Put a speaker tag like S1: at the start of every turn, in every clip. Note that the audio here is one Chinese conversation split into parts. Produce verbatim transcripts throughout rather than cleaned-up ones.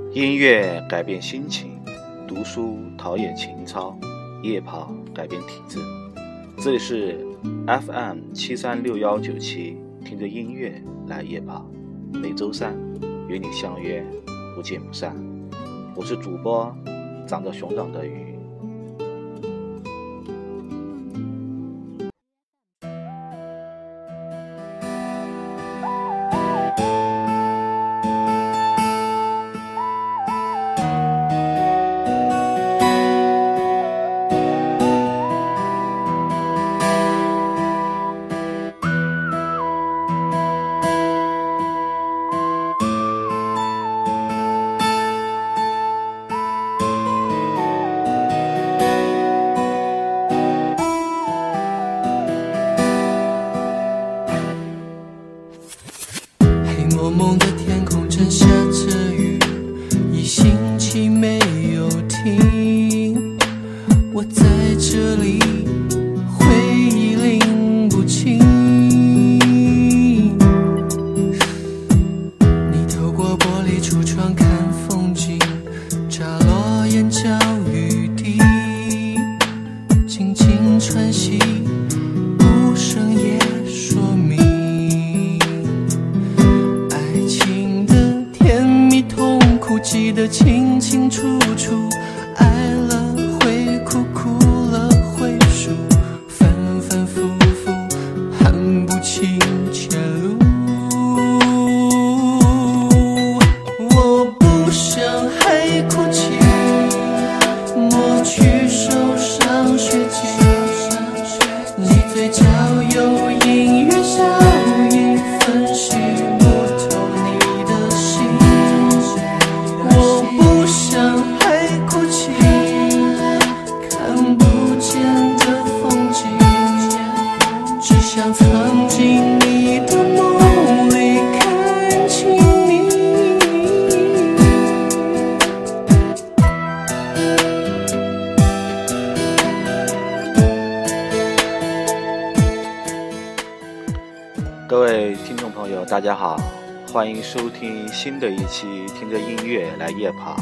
S1: 音乐改变心情，读书陶冶情操，夜跑改变体质。这里是 F M 七三六一九七，听着音乐来夜跑，每周三与你相约，不见不散。我是主播长着熊掌的鱼。
S2: 蒙蒙的天空正下着雨，一星期没有停。我在这里，回忆拎不清。你透过玻璃橱窗看风景，眨落眼角雨滴，静静喘息，无声也说明。记得清清楚楚，爱了会哭，哭了会输，反反复复喊不清前路。我不想还哭泣，抹去受伤血迹，你嘴角有隐约笑意，分析不透你的心。我不想还哭泣，看不见的风景，只想藏进你的梦里看清你。
S1: 各位听众朋友大家好，欢迎收听新的一期听着音乐来夜跑。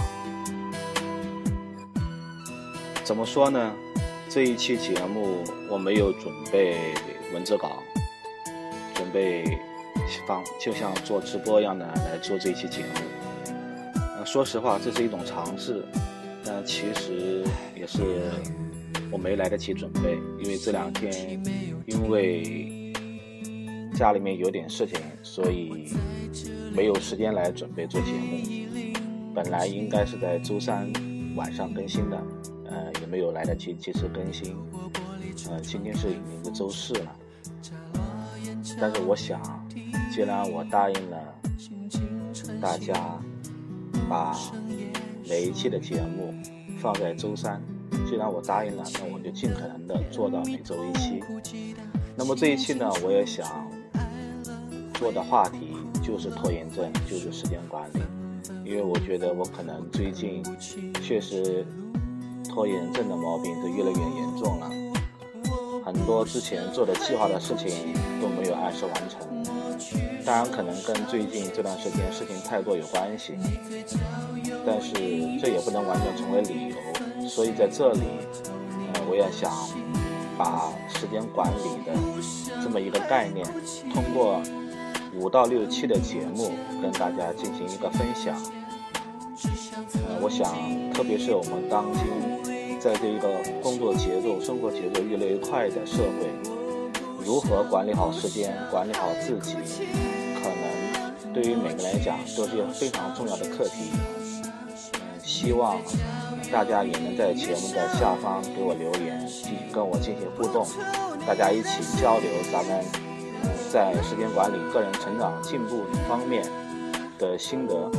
S1: 怎么说呢，这一期节目我没有准备文字稿，准备放就像做直播一样的来做这一期节目、呃、说实话这是一种尝试，但其实也是我没来得及准备，因为这两天因为家里面有点事情，所以没有时间来准备做节目。本来应该是在周三晚上更新的，呃，也没有来得及及时更新。呃，今天是已经是周四了，但是我想，既然我答应了大家，把每一期的节目放在周三，既然我答应了，那我就尽可能的做到每周一期。那么这一期呢，我也想做的话题就是拖延症，就是时间管理。因为我觉得我可能最近确实拖延症的毛病是越来越严重了，很多之前做的计划的事情都没有按时完成。当然可能跟最近这段时间事情太多有关系，但是这也不能完全成为理由。所以在这里、呃、我也想把时间管理的这么一个概念，通过五到六期的节目跟大家进行一个分享。呃，我想特别是我们当今在这一个工作节奏生活节奏越来越快的社会，如何管理好时间，管理好自己，可能对于每个人来讲都是一个非常重要的课题。嗯，希望大家也能在节目的下方给我留言，跟我进行互动，大家一起交流咱们在时间管理、个人成长进步方面的心得。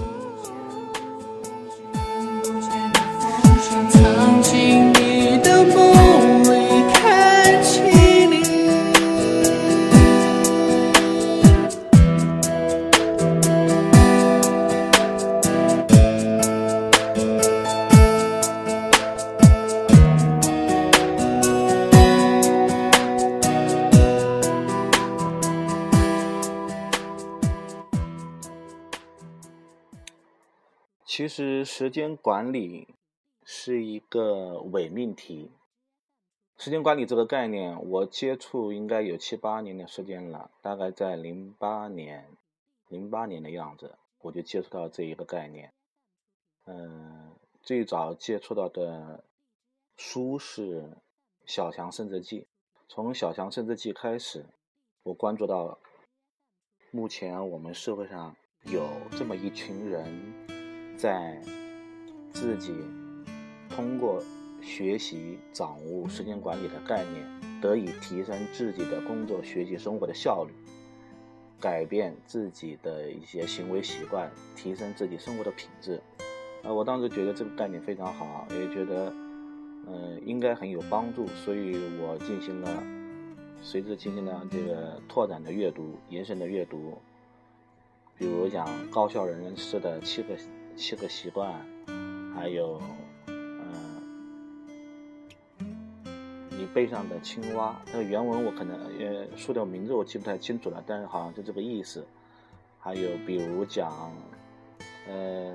S2: 藏进你的梦里看清你。
S1: 其实时间管理是一个伪命题。时间管理这个概念，我接触应该有七八年的时间了，大概在零八年、零八年的样子，我就接触到这一个概念。嗯，最早接触到的书是《小强升职记》，从《小强升职记》开始，我关注到目前我们社会上有这么一群人，在自己通过学习掌握时间管理的概念，得以提升自己的工作、学习、生活的效率，改变自己的一些行为习惯，提升自己生活的品质。呃，我当时觉得这个概念非常好，也觉得呃应该很有帮助，所以我进行了随之进行了这个拓展的阅读、延伸的阅读，比如讲高效人士的七个七个习惯，还有你背上的青蛙，那个原文我可能呃说的名字我记不太清楚了，但是好像就这个意思。还有比如讲，呃，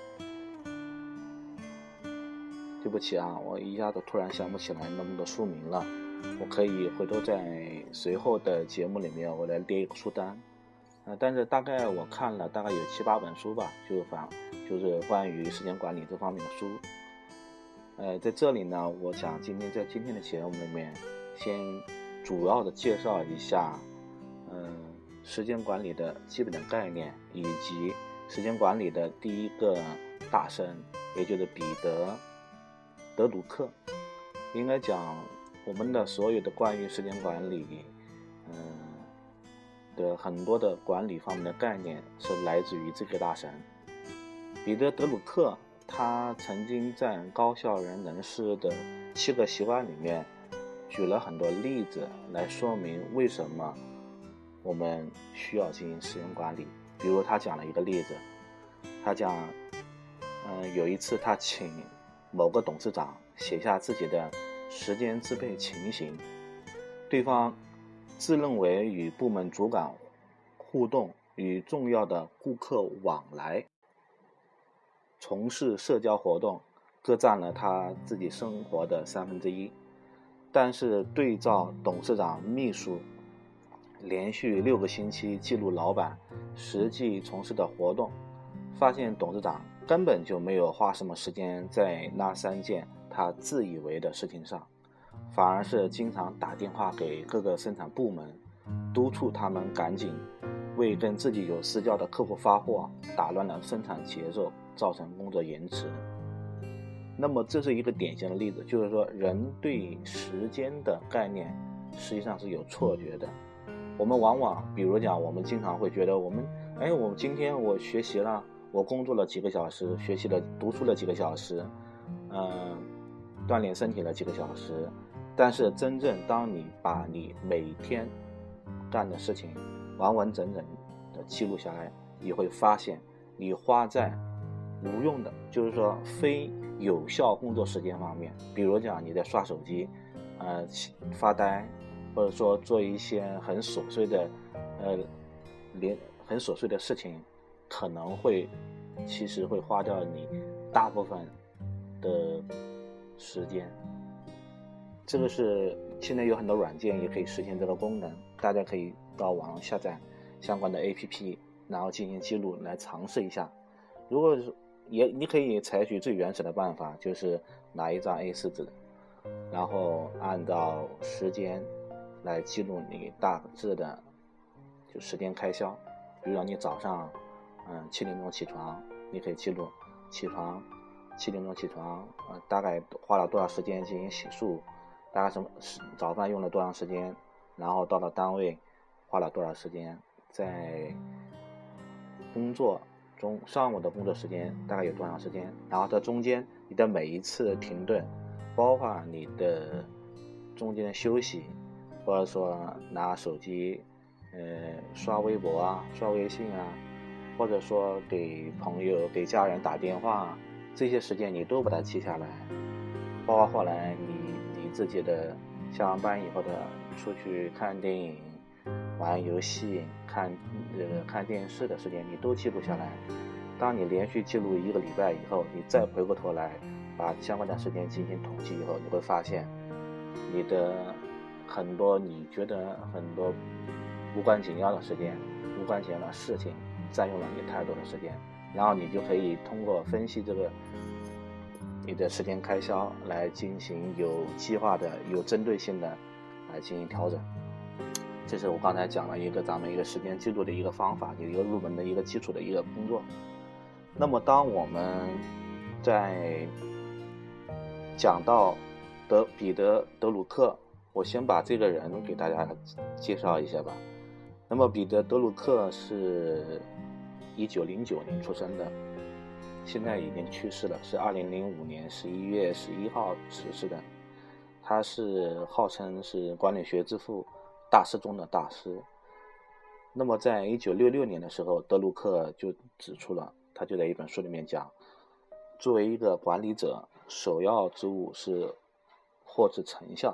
S1: 对不起啊，我一下子突然想不起来那么多书名了，我可以回头在随后的节目里面我来列一个书单。呃，但是大概我看了大概有七八本书吧，就反就是关于时间管理这方面的书。呃，在这里呢，我想今天在今天的节目里面，先主要的介绍一下，嗯、呃，时间管理的基本的概念，以及时间管理的第一个大神，也就是彼得·德鲁克。应该讲，我们的所有的关于时间管理，嗯、呃、的很多的管理方面的概念，是来自于这个大神，彼得·德鲁克。他曾经在高效人人士的七个习惯里面举了很多例子来说明为什么我们需要进行时间管理。比如他讲了一个例子，他讲呃，有一次他请某个董事长写下自己的时间支配情形，对方自认为与部门主管互动、与重要的顾客往来、从事社交活动各占了他自己生活的三分之一，但是对照董事长秘书连续六个星期记录老板实际从事的活动，发现董事长根本就没有花什么时间在那三件他自以为的事情上，反而是经常打电话给各个生产部门，督促他们赶紧为跟自己有私交的客户发货，打乱了生产节奏，造成工作延迟。那么这是一个典型的例子，就是说人对时间的概念实际上是有错觉的。我们往往比如讲，我们经常会觉得我们哎，我今天我学习了，我工作了几个小时，学习了读书了几个小时，呃，锻炼身体了几个小时，但是真正当你把你每天干的事情完完整整的记录下来，你会发现你花在无用的，就是说非有效工作时间方面，比如讲你在刷手机，呃，发呆，或者说做一些很琐碎的，呃，连很琐碎的事情，可能会其实会花掉你大部分的时间。这个是现在有很多软件也可以实现这个功能，大家可以到网上下载相关的 A P P， 然后进行记录来尝试一下。如果也你可以采取最原始的办法，就是拿一张 A 四 纸，然后按照时间来记录你大致的就时间开销。比如说你早上嗯七点钟起床，你可以记录起床七点钟起床，呃大概花了多少时间进行洗漱，大概什么早饭用了多长时间，然后到了单位花了多少时间，在工作中上午的工作时间大概有多长时间，然后在中间你的每一次停顿，包括你的中间的休息，或者说拿手机呃刷微博啊，刷微信啊，或者说给朋友给家人打电话，这些时间你都把它记下来，包括后来你你自己的下完班以后的出去看电影、玩游戏、看这个看电视的时间，你都记录下来。 当你连续记录一个礼拜以后，你再回过头来把相关的时间进行统计以后，你会发现你的很多你觉得很多无关紧要的时间，无关紧要的事情占用了你太多的时间，然后你就可以通过分析这个你的时间开销来进行有计划的、有针对性的来进行调整。这是我刚才讲了一个咱们一个时间记录的一个方法，有一个入门的一个基础的一个工作。那么当我们在讲到德彼得德鲁克，我先把这个人给大家介绍一下吧。那么彼得德鲁克是一九零九年出生的，现在已经去世了，是二零零五年十一月十一号辞世的。他是号称是管理学之父，大师中的大师。那么在一九六六年的时候，德鲁克就指出了，他就在一本书里面讲，作为一个管理者，首要之务是获知成效，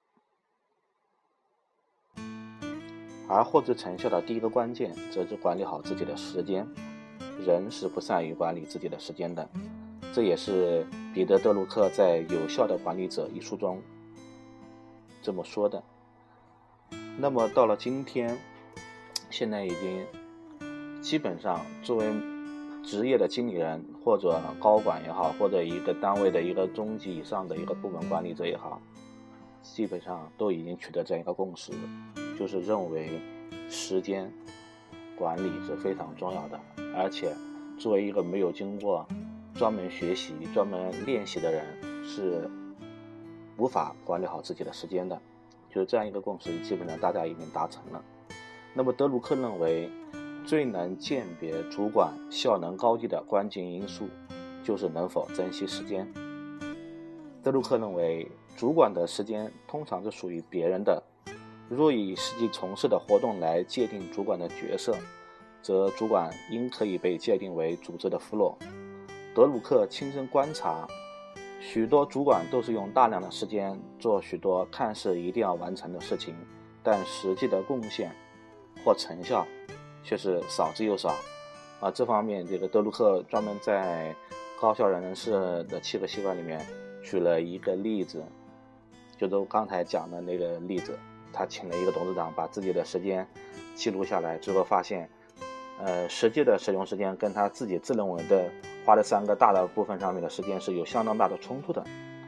S1: 而获知成效的第一个关键则是管理好自己的时间。人是不善于管理自己的时间的，这也是彼得德鲁克在《有效的管理者》一书中这么说的。那么到了今天，现在已经基本上作为职业的经理人或者高管也好，或者一个单位的一个中级以上的一个部门管理者也好，基本上都已经取得这样一个共识，就是认为时间管理是非常重要的，而且作为一个没有经过专门学习、专门练习的人，是无法管理好自己的时间的。就是这样一个共识，基本上大家已经达成了。那么德鲁克认为，最能鉴别主管效能高低的关键因素，就是能否珍惜时间。德鲁克认为，主管的时间通常是属于别人的，若以实际从事的活动来界定主管的角色，则主管应可以被界定为组织的俘虏。德鲁克亲身观察，许多主管都是用大量的时间做许多看似一定要完成的事情，但实际的贡献或成效却是少之又少。啊，这方面这个德鲁克专门在高效人士的七个习惯里面举了一个例子，就是我刚才讲的那个例子，他请了一个董事长把自己的时间记录下来，之后发现呃，实际的使用时间跟他自己自认为的花的三个大的部分上面的时间是有相当大的冲突的。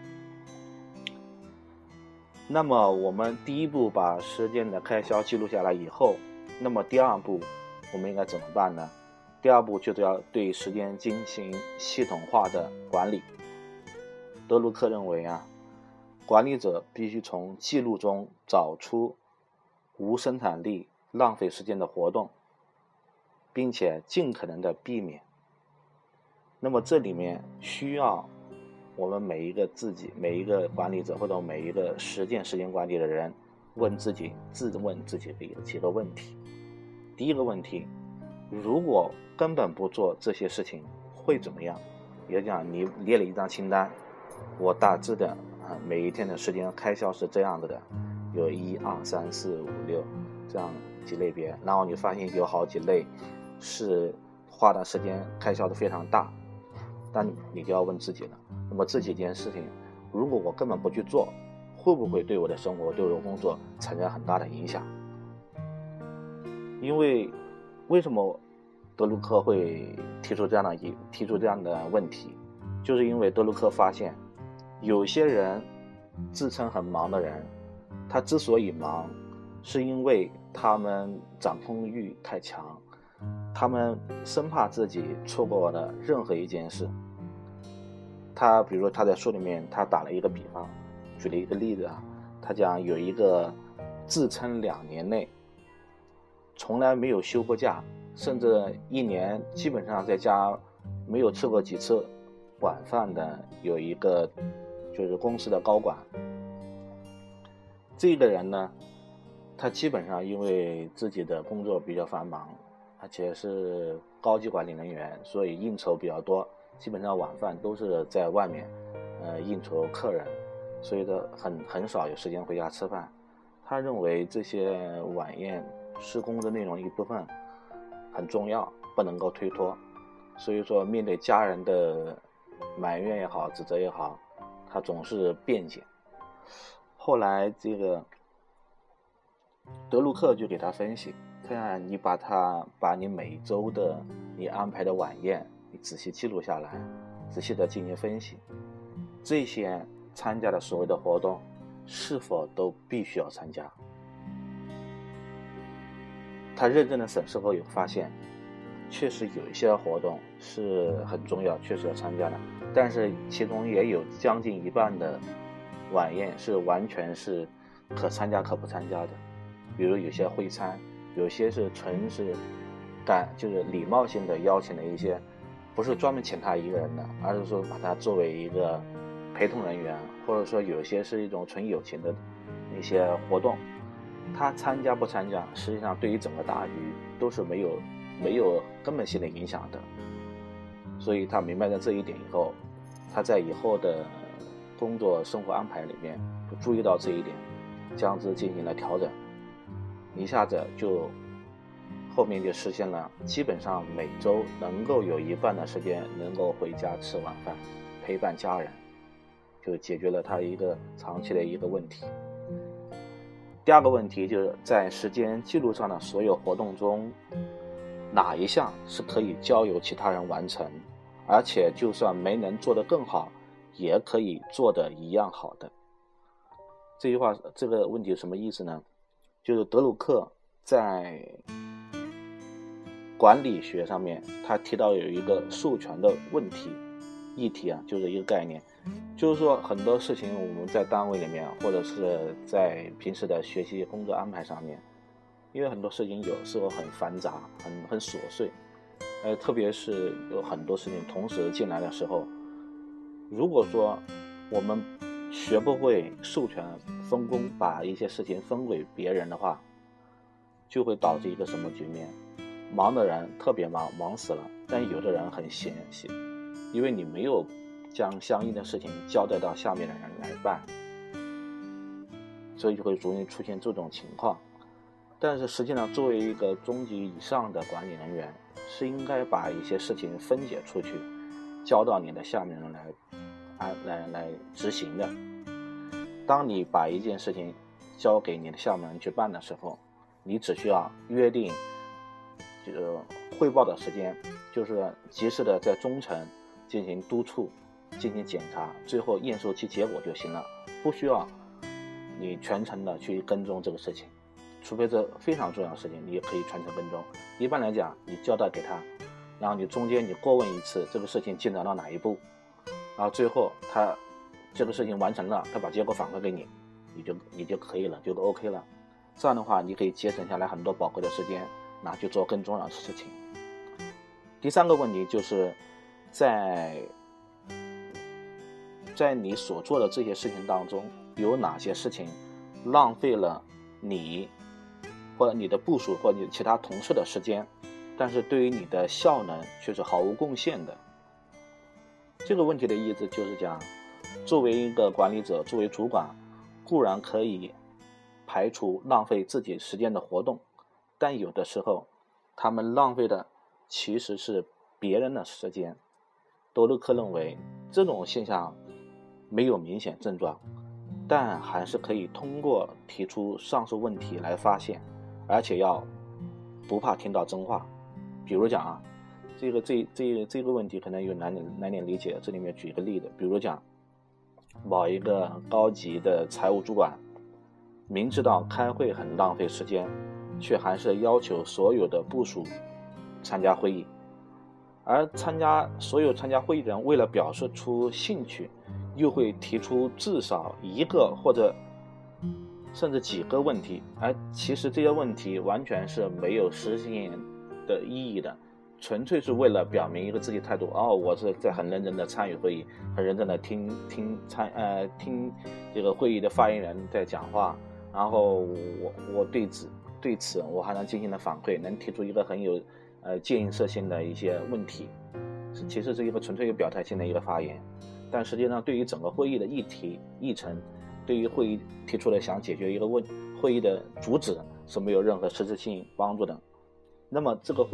S1: 那么我们第一步把时间的开销记录下来以后，那么第二步我们应该怎么办呢？第二步就是要对时间进行系统化的管理。德鲁克认为啊，管理者必须从记录中找出无生产力、浪费时间的活动，并且尽可能的避免。那么这里面需要我们每一个自己、每一个管理者或者每一个实践时间管理的人，问自己、自问自己的几个问题。第一个问题，如果根本不做这些事情会怎么样？也就讲你列了一张清单，我大致的啊每一天的时间开销是这样子的，有一二三四五六这样几类别，然后你发现有好几类是花的时间开销的非常大，但你就要问自己了，那么这几件事情如果我根本不去做，会不会对我的生活、对我的工作产生很大的影响？因为为什么德鲁克会提出这样的一提出这样的问题，就是因为德鲁克发现有些人自称很忙的人，他之所以忙，是因为他们掌控欲太强，他们生怕自己错过了任何一件事。他比如说他在书里面他打了一个比方，举了一个例子啊，他讲有一个自称两年内从来没有休过假，甚至一年基本上在家没有吃过几次晚饭的有一个就是公司的高管。这个人呢，他基本上因为自己的工作比较繁忙，而且是高级管理人员，所以应酬比较多，基本上晚饭都是在外面呃应酬客人，所以他很很少有时间回家吃饭。他认为这些晚宴施工的内容一部分很重要，不能够推脱。 所以说面对家人的埋怨也好，指责也好，他总是辩解。后来这个德鲁克就给他分析，看你把他把你每周的你安排的晚宴你仔细记录下来，仔细的进行分析，这些参加的所谓的活动是否都必须要参加。他认真的审视后有发现，确实有一些活动是很重要，确实要参加的，但是其中也有将近一半的晚宴是完全是可参加可不参加的。比如有些会餐，有些是纯是感就是礼貌性的邀请的一些，不是专门请他一个人的，而是说把他作为一个陪同人员，或者说有些是一种纯友情的一些活动，他参加不参加实际上对于整个大局都是没有没有根本性的影响的。所以他明白了这一点以后，他在以后的工作生活安排里面就注意到这一点，将之进行了调整，一下子就后面就实现了基本上每周能够有一半的时间能够回家吃晚饭陪伴家人，就解决了他一个长期的一个问题。第二个问题就是在时间记录上的所有活动中，哪一项是可以交由其他人完成，而且就算没能做得更好也可以做得一样好的。这句话这个问题什么意思呢？就是德鲁克在管理学上面他提到有一个授权的问题议题啊，就是一个概念，就是说很多事情我们在单位里面或者是在平时的学习工作安排上面，因为很多事情有时候很繁杂很很琐碎，呃，特别是有很多事情同时进来的时候，如果说我们学不会授权分工，把一些事情分给别人的话，就会导致一个什么局面？忙的人特别忙，忙死了，但有的人很闲，因为你没有将相应的事情交代到下面的人来办，所以就会容易出现这种情况。但是实际上作为一个中级以上的管理人员，是应该把一些事情分解出去，交到你的下面人来来来来执行的。当你把一件事情交给你的下面人去办的时候，你只需要约定这个汇报的时间，就是及时的在中层进行督促，进行检查，最后验收其结果就行了，不需要你全程的去跟踪这个事情，除非这非常重要的事情你也可以全程跟踪。一般来讲你交代给他，然后你中间你过问一次这个事情进展到哪一步，然后最后他这个事情完成了，他把结果反馈给你，你就你就可以了，就 OK 了。这样的话你可以节省下来很多宝贵的时间，拿去做更重要的事情。第三个问题就是在在你所做的这些事情当中，有哪些事情浪费了你或者你的部属或者你其他同事的时间，但是对于你的效能却是毫无贡献的。这个问题的意思就是讲，作为一个管理者，作为主管，固然可以排除浪费自己时间的活动，但有的时候他们浪费的其实是别人的时间。德鲁克认为这种现象没有明显症状，但还是可以通过提出上述问题来发现，而且要不怕听到真话。比如讲啊，这个这这这个问题可能有难点难点理解，这里面举一个例子，比如讲某一个高级的财务主管明知道开会很浪费时间，却还是要求所有的部属参加会议，而参加所有参加会议的人为了表示出兴趣，又会提出至少一个或者甚至几个问题，而其实这些问题完全是没有实质性的意义的，纯粹是为了表明一个自己态度，哦，我是在很认真的参与会议，很认真的听听参呃听这个会议的发言人在讲话，然后我我对此对此我还能进行的反馈，能提出一个很有呃建设性的一些问题，其实是一个纯粹有表态性的一个发言，但实际上对于整个会议的议题议程，对于会议提出的想解决一个问会议的主旨是没有任何实质性帮助的。那么这个会议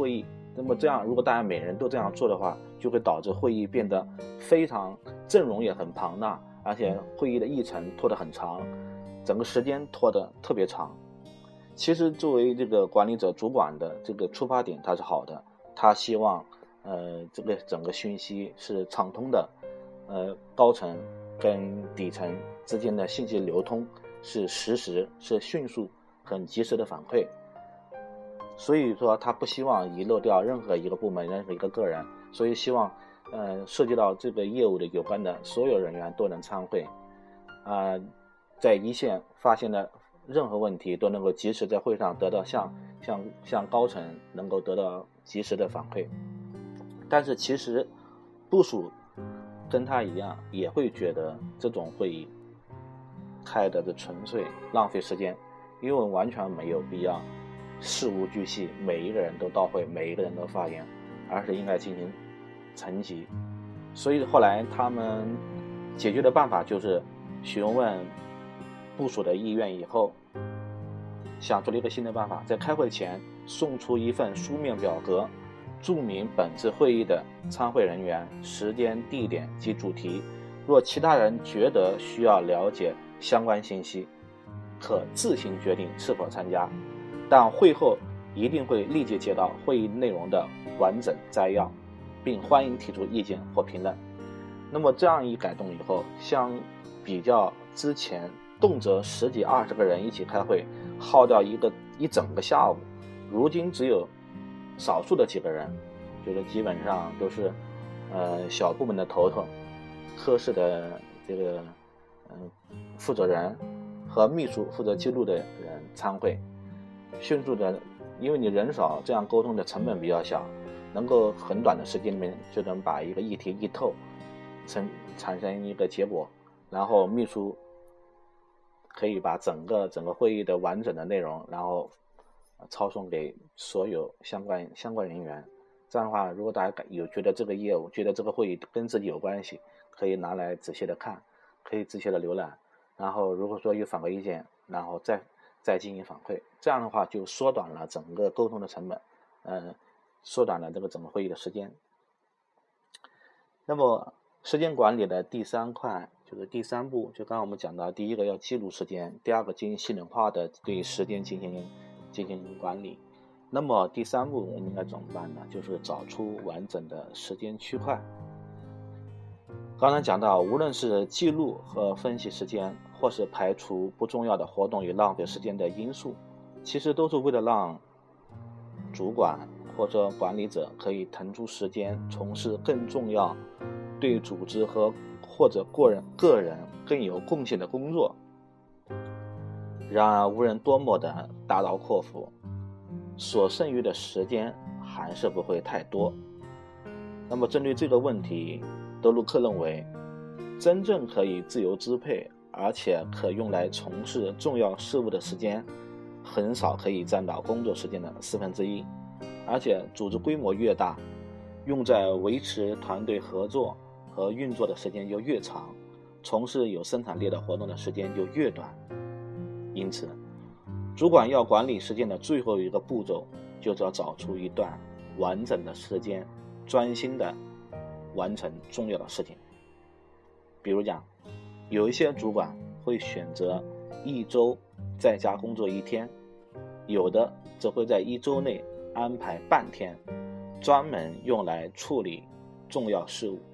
S1: 那么这样如果大家每人都这样做的话，就会导致会议变得非常阵容也很庞大，而且会议的议程拖得很长，整个时间拖得特别长。其实作为这个管理者主管的这个出发点它是好的，他希望呃这个整个讯息是畅通的，呃高层跟底层之间的信息流通是实时是迅速很及时的反馈，所以说他不希望遗漏掉任何一个部门任何一个个人，所以希望呃涉及到这个业务的有关的所有人员都能参会，啊、呃，在一线发现的任何问题都能够及时在会上得到向向向高层能够得到及时的反馈。但是其实部属跟他一样也会觉得这种会议开的是纯粹浪费时间，因为完全没有必要事无巨细每一个人都到会每一个人都发言，而是应该进行层级。所以后来他们解决的办法就是询问部属的意愿以后，想出了一个新的办法，在开会前送出一份书面表格，注明本次会议的参会人员、时间、地点及主题。若其他人觉得需要了解相关信息，可自行决定是否参加，但会后一定会立即接到会议内容的完整摘要，并欢迎提出意见或评论。那么这样一改动以后，相比较之前动辄十几二十个人一起开会，耗掉一个一整个下午，如今只有少数的几个人，就是基本上都是呃小部门的头头、科室的这个嗯、呃、负责人和秘书负责记录的人参会，迅速的，因为你人少，这样沟通的成本比较小，能够很短的时间里面就能把一个议题议透，成产生一个结果，然后秘书可以把整个整个会议的完整的内容，然后抄送给所有相关相关人员。这样的话，如果大家有觉得这个业务，觉得这个会议跟自己有关系，可以拿来仔细的看，可以仔细的浏览，然后如果说有反馈意见，然后再再进行反馈。这样的话就缩短了整个沟通的成本，呃，缩短了这个整个会议的时间。那么时间管理的第三块就是第三步，就刚刚我们讲到，第一个要记录时间，第二个进行系统化的对时间进行进行管理。那么第三步我们应该怎么办呢？就是找出完整的时间区块。刚才讲到，无论是记录和分析时间，或是排除不重要的活动与浪费时间的因素，其实都是为了让主管或者管理者可以腾出时间从事更重要、对组织和或者个人个人更有贡献的工作。然而无论多么的大刀阔斧，所剩余的时间还是不会太多。那么针对这个问题，德鲁克认为，真正可以自由支配而且可用来从事重要事务的时间，很少可以占到工作时间的四分之一，而且组织规模越大，用在维持团队合作和运作的时间就越长，从事有生产力的活动的时间就越短。因此主管要管理时间的最后一个步骤，就是要找出一段完整的时间，专心的完成重要的事情。比如讲，有一些主管会选择一周在家工作一天，有的则会在一周内安排半天，专门用来处理重要事务。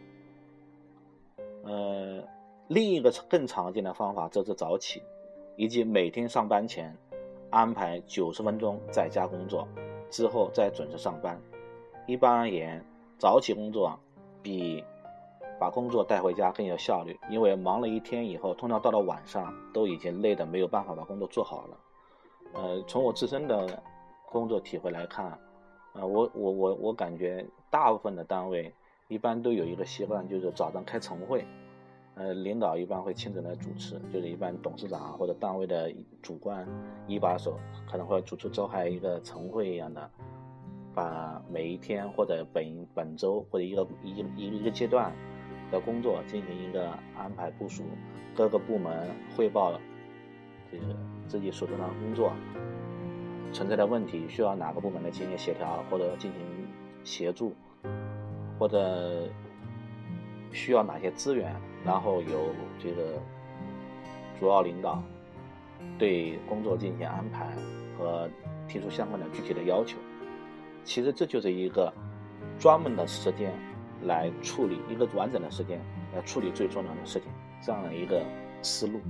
S1: 呃，另一个更常见的方法则是早起，以及每天上班前安排九十分钟在家工作，之后再准时上班。一般而言，早起工作比把工作带回家更有效率，因为忙了一天以后，通常到了晚上都已经累得没有办法把工作做好了。呃，从我自身的工作体会来看，呃，我我我我感觉大部分的单位一般都有一个习惯，就是早上开晨会。呃，领导一般会亲自来主持，就是一般董事长或者单位的主管一把手可能会主持召开一个晨会一样的，把每一天或者本本周或者一个一个一个阶段的工作进行一个安排部署，各个部门汇报这个自己手中的工作， 存在的问题，需要哪个部门来进行协调或者进行协助，或者需要哪些资源，然后由这个主要领导对工作进行安排和提出相关的具体的要求。其实这就是一个专门的时间来处理，一个完整的时间来处理最重要的事情，这样的一个思路。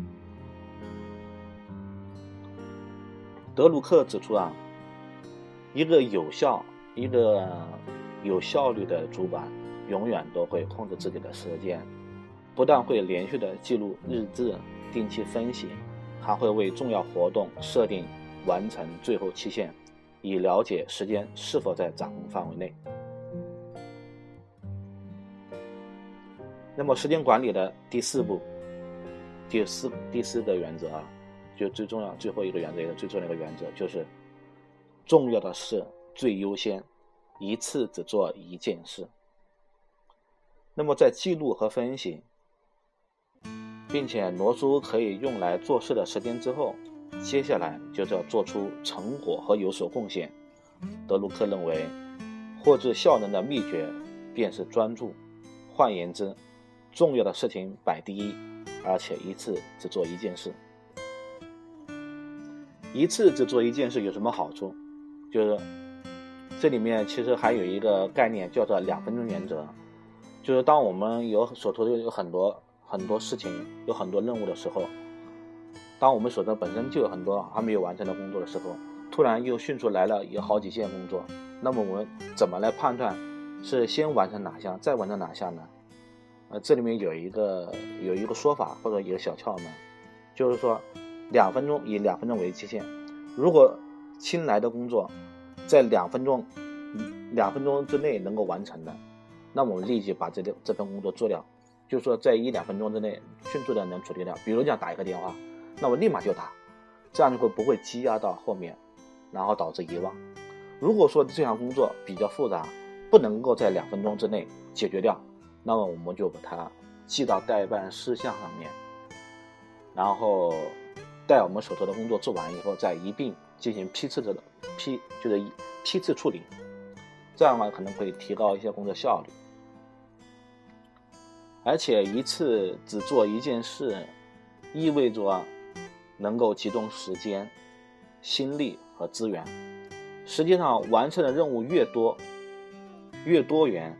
S1: 德鲁克指出啊，一个有效、一个有效率的主管，永远都会控制自己的时间，不但会连续的记录日志、定期分析，还会为重要活动设定完成最后期限，以了解时间是否在掌控范围内。那么时间管理的第四步，第四第四个原则啊，就最重要最后一个原则，也是最重要的一个原则，就是重要的事最优先，一次只做一件事。那么在记录和分析并且挪出可以用来做事的时间之后，接下来就是要做出成果和有所贡献。德鲁克认为，获致效能的秘诀便是专注，换言之，重要的事情摆第一，而且一次只做一件事。一次只做一件事有什么好处？就是这里面其实还有一个概念叫做两分钟原则，就是当我们有手头有很多很多事情，有很多任务的时候，当我们手头本身就有很多还没有完成的工作的时候，突然又迅速来了有好几件工作，那么我们怎么来判断是先完成哪项再完成哪项呢？呃，这里面有一个有一个说法或者一个小窍门，就是说两分钟以两分钟为期限，如果新来的工作在两分钟两分钟之内能够完成的，那我们立即把这这份工作做掉，就是说在一两分钟之内迅速的能处理掉。比如讲打一个电话，那我立马就打，这样就会不会积压到后面，然后导致遗忘。如果说这项工作比较复杂，不能够在两分钟之内解决掉，那么我们就把它记到待办事项上面，然后待我们手头的工作做完以后，再一并进行批次的批，就是批次处理，这样呢可能会提高一些工作效率。而且一次只做一件事，意味着能够集中时间、心力和资源。实际上，完成的任务越多、越多元，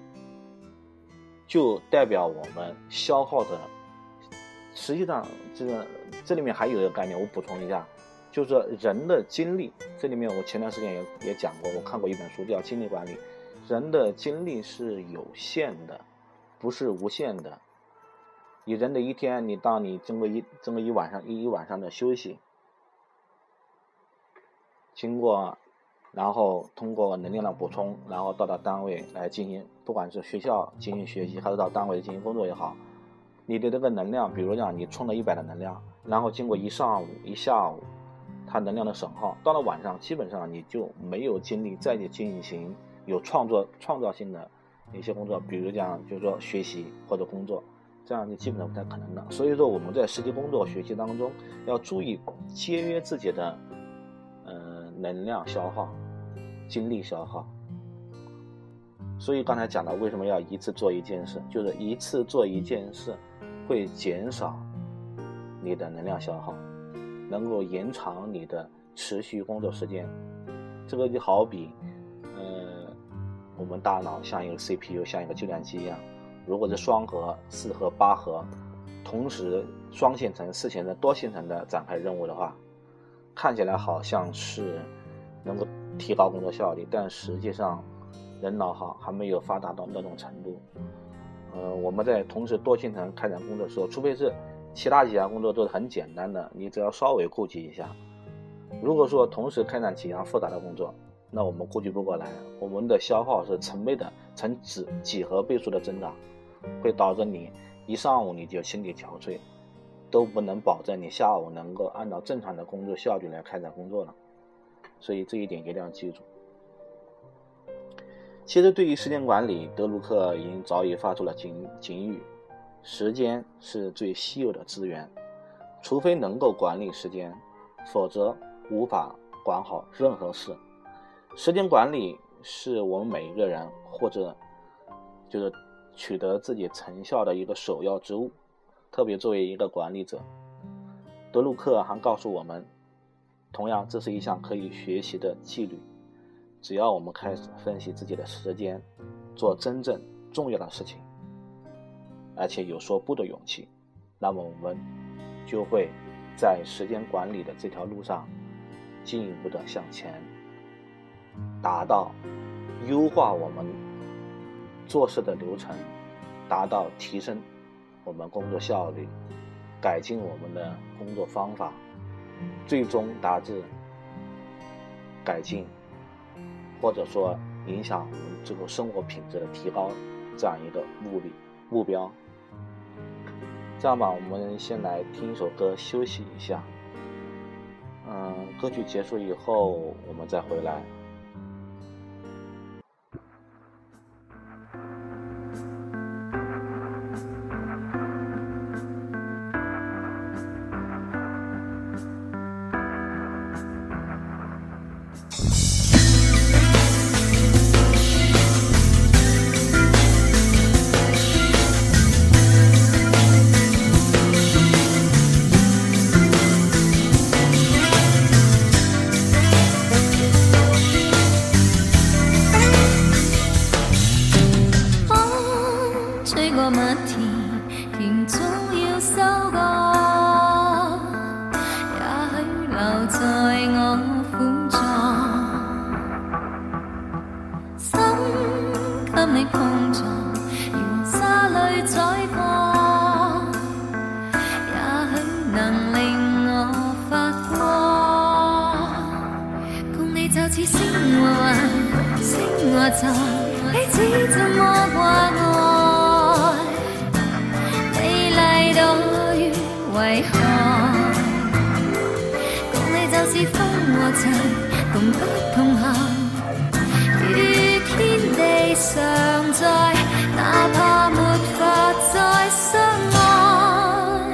S1: 就代表我们消耗的。实际上，这个这里面还有一个概念，我补充一下，就是说人的精力。这里面我前段时间也也讲过，我看过一本书叫《精力管理》。人的精力是有限的，不是无限的。你人的一天，你当你经过一经过一晚上一一晚上的休息，经过然后通过能量的补充，然后到达单位来进行，不管是学校进行学习，还是到单位进行工作也好，你的这个能量，比如讲你充了一百的能量，然后经过一上午一下午，它能量的损耗，到了晚上基本上你就没有精力再去进行有创作创造性的一些工作，比如讲就是说学习或者工作，这样就基本上不太可能的。所以说我们在实际工作学习当中要注意节约自己的呃能量消耗、精力消耗。所以刚才讲到为什么要一次做一件事，就是一次做一件事会减少你的能量消耗，能够延长你的持续工作时间。这个就好比呃我们大脑像一个 C P U 像一个计算机一样，如果是双核、四核、八核同时双线程、四线程、多线程的展开任务的话，看起来好像是能够提高工作效率，但实际上人脑哈还没有发达到那种程度。呃，我们在同时多线程开展工作的时候，除非是其他几项工作都是很简单的，你只要稍微顾及一下。如果说同时开展几项复杂的工作，那我们顾及不过来，我们的消耗是成倍的、成几几何倍数的增长，会导致你一上午你就心力憔悴，都不能保证你下午能够按照正常的工作效率来开展工作了。所以这一点一定要记住。其实对于时间管理，德鲁克已经早已发出了警警语：时间是最稀有的资源，除非能够管理时间，否则无法管好任何事。时间管理是我们每一个人或者就是取得自己成效的一个首要之务，特别作为一个管理者。德鲁克还告诉我们，同样这是一项可以学习的纪律，只要我们开始分析自己的时间，做真正重要的事情，而且有说不的勇气，那么我们就会在时间管理的这条路上进一步的向前，达到优化我们做事的流程，达到提升我们工作效率，改进我们的工作方法，最终达至改进或者说影响我们这个生活品质的提高这样一个目的目标。这样吧，我们先来听一首歌休息一下，嗯，歌曲结束以后我们再回来。
S2: 你碰撞，如沙里宰破，也許能令我發光。共你就似星和雲，星和塵，彼此怎麼掛礙？美麗到於為何？共你就似風和塵，共不同行。天地常在，哪怕沒法再相愛。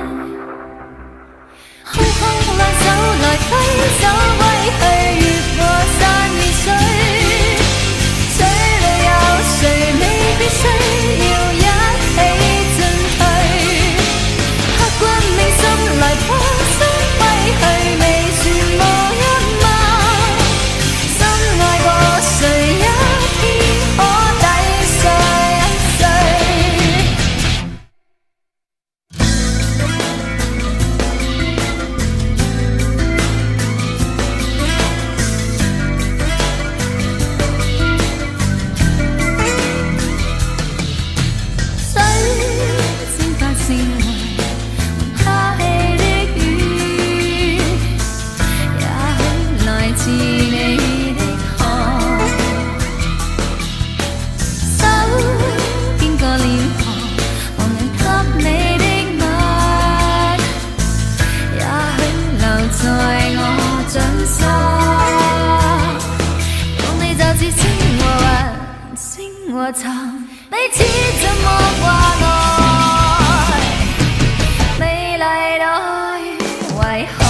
S2: 空空兩手來揮手揮去，越過山與水，水裏有誰未必需要一起進退。刻骨銘心來破心揮去，未算無一晚。深愛過誰也我曾彼此怎麼掛礙？美麗到於為何？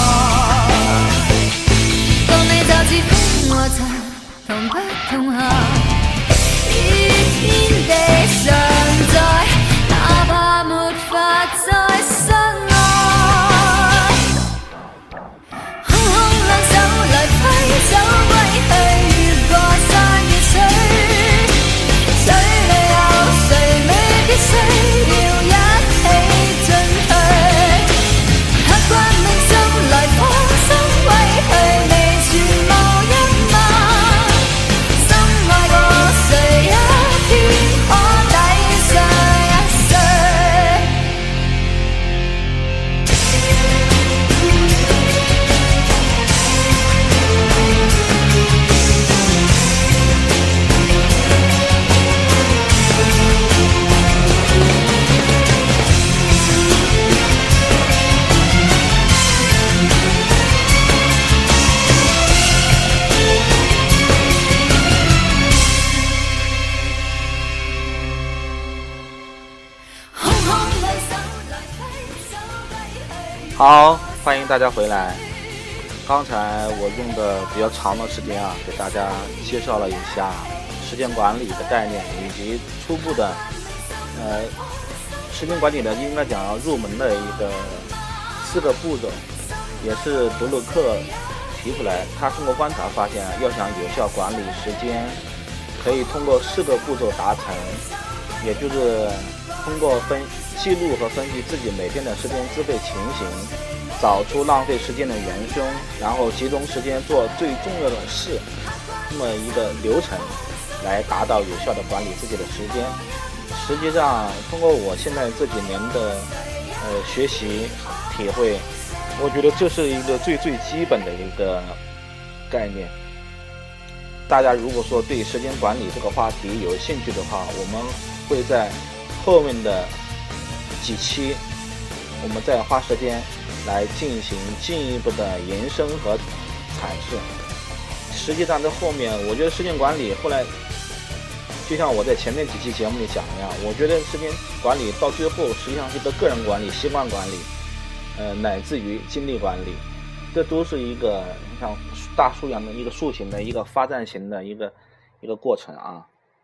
S2: 共你就似風和塵，同不同行，於天地常在，哪怕沒法再相愛。空空兩手來揮手揮去，越過山與水。需要一起進退，刻骨銘心來破心揮去，未算無一晚。深愛過誰一天可抵上一歲。
S1: 好，欢迎大家回来。 刚才我用的比较长的时间啊，给大家介绍了一下时间管理的概念，以及初步的呃时间管理的应该讲入门的一个四个步骤，也是德鲁克提出来，他通过观察发现，要想有效管理时间，可以通过四个步骤达成，也就是通过分记录和分析自己每天的时间支配情形，找出浪费时间的元凶，然后集中时间做最重要的事，这么一个流程来达到有效的管理自己的时间。实际上通过我现在这几年的呃学习体会，我觉得这是一个最最基本的一个概念。大家如果说对时间管理这个话题有兴趣的话，我们会在后面的几期我们再花时间来进行进一步的延伸和阐释。实际上在后面我觉得时间管理后来就像我在前面几期节目里讲一样，我觉得时间管理到最后实际上是一个个人管理、习惯管理呃，乃至于精力管理，这都是一个像大树一样的一个树形的一个发展型的一个一个过程啊。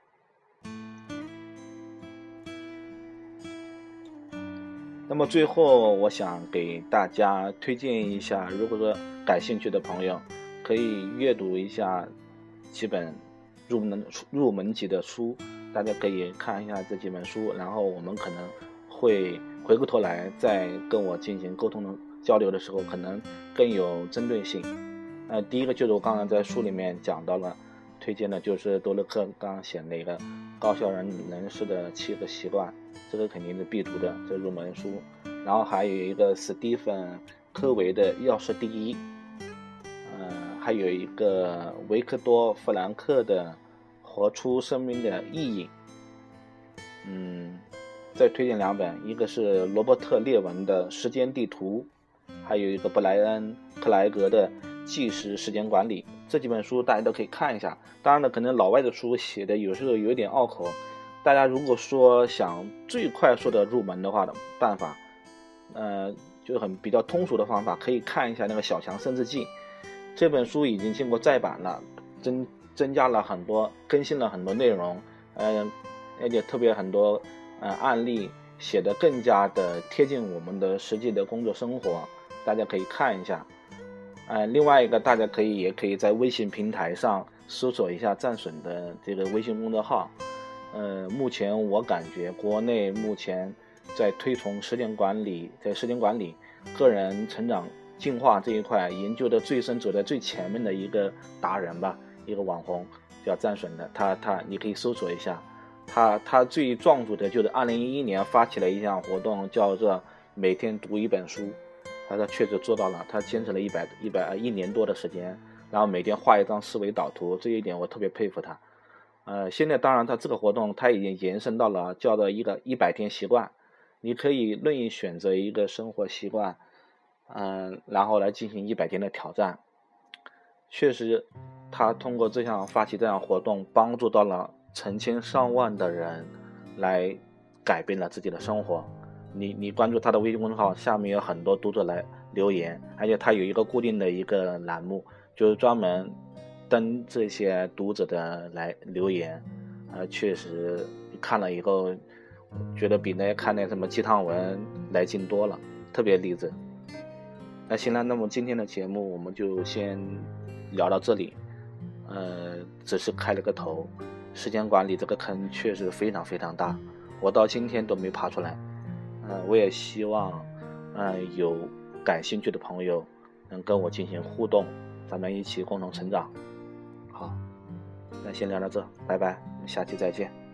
S1: 那么最后我想给大家推荐一下，如果说感兴趣的朋友可以阅读一下几本入门入门级的书，大家可以看一下这几本书，然后我们可能会回过头来再跟我进行沟通的交流的时候，可能更有针对性。呃，第一个就是我刚刚在书里面讲到了，推荐的就是多勒克刚刚写那个高效人人士的七个习惯，这个肯定是必读的，这入门书。然后还有一个史蒂芬科维的要事第一，呃，还有一个维克多弗兰克的活出生命的意义。嗯。再推荐两本，一个是罗伯特列文的时间地图，还有一个布莱恩克莱格的计时时间管理。这几本书大家都可以看一下，当然了，可能老外的书写的有时候有点拗口，大家如果说想最快速的入门的话的办法，呃，就很比较通俗的方法，可以看一下那个小强生字记。这本书已经经过再版了，增增加了很多，更新了很多内容，呃，而且特别很多呃，案例写得更加的贴近我们的实际的工作生活，大家可以看一下。呃，另外一个大家可以也可以在微信平台上搜索一下战损的这个微信公众号。呃，目前我感觉国内目前在推崇时间管理，在时间管理、个人成长进化这一块研究的最深、走在最前面的一个达人吧，一个网红叫战损的，他他你可以搜索一下。他他最壮举的就是二零一一年发起了一项活动，叫做每天读一本书。他他确实做到了，他坚持了一百一百一年多的时间，然后每天画一张思维导图，这一点我特别佩服他。呃，现在当然他这个活动他已经延伸到了叫做一个一百天习惯，你可以任意选择一个生活习惯，嗯、呃，然后来进行一百天的挑战。确实，他通过这项发起这项活动，帮助到了成千上万的人来改变了自己的生活。你你关注他的微信公众号，下面有很多读者来留言，而且他有一个固定的一个栏目，就是专门登这些读者的来留言。呃，确实看了以后觉得比那些看那什么鸡汤文来劲多了，特别励志。那行了，那么今天的节目我们就先聊到这里。呃，只是开了个头，时间管理这个坑确实非常非常大，我到今天都没爬出来。呃，我也希望，呃，有感兴趣的朋友能跟我进行互动，咱们一起共同成长。好，那先聊到这，拜拜，下期再见。